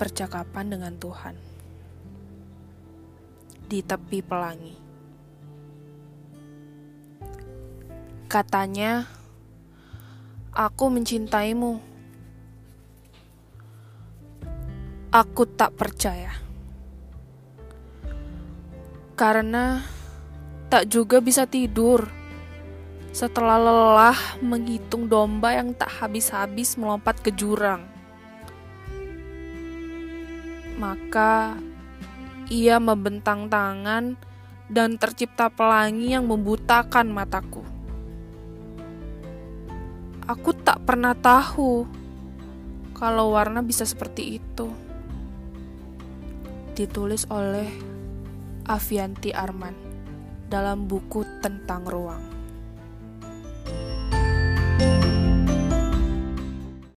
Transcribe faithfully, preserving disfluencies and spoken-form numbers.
Percakapan dengan Tuhan di tepi pelangi. Katanya, "Aku mencintaimu." Aku tak percaya. Karena tak juga bisa tidur setelah lelah menghitung domba yang tak habis-habis melompat ke jurang. Maka ia membentang tangan dan tercipta pelangi yang membutakan mataku. Aku tak pernah tahu kalau warna bisa seperti itu. Ditulis oleh Avianti Arman dalam buku Tentang Ruang.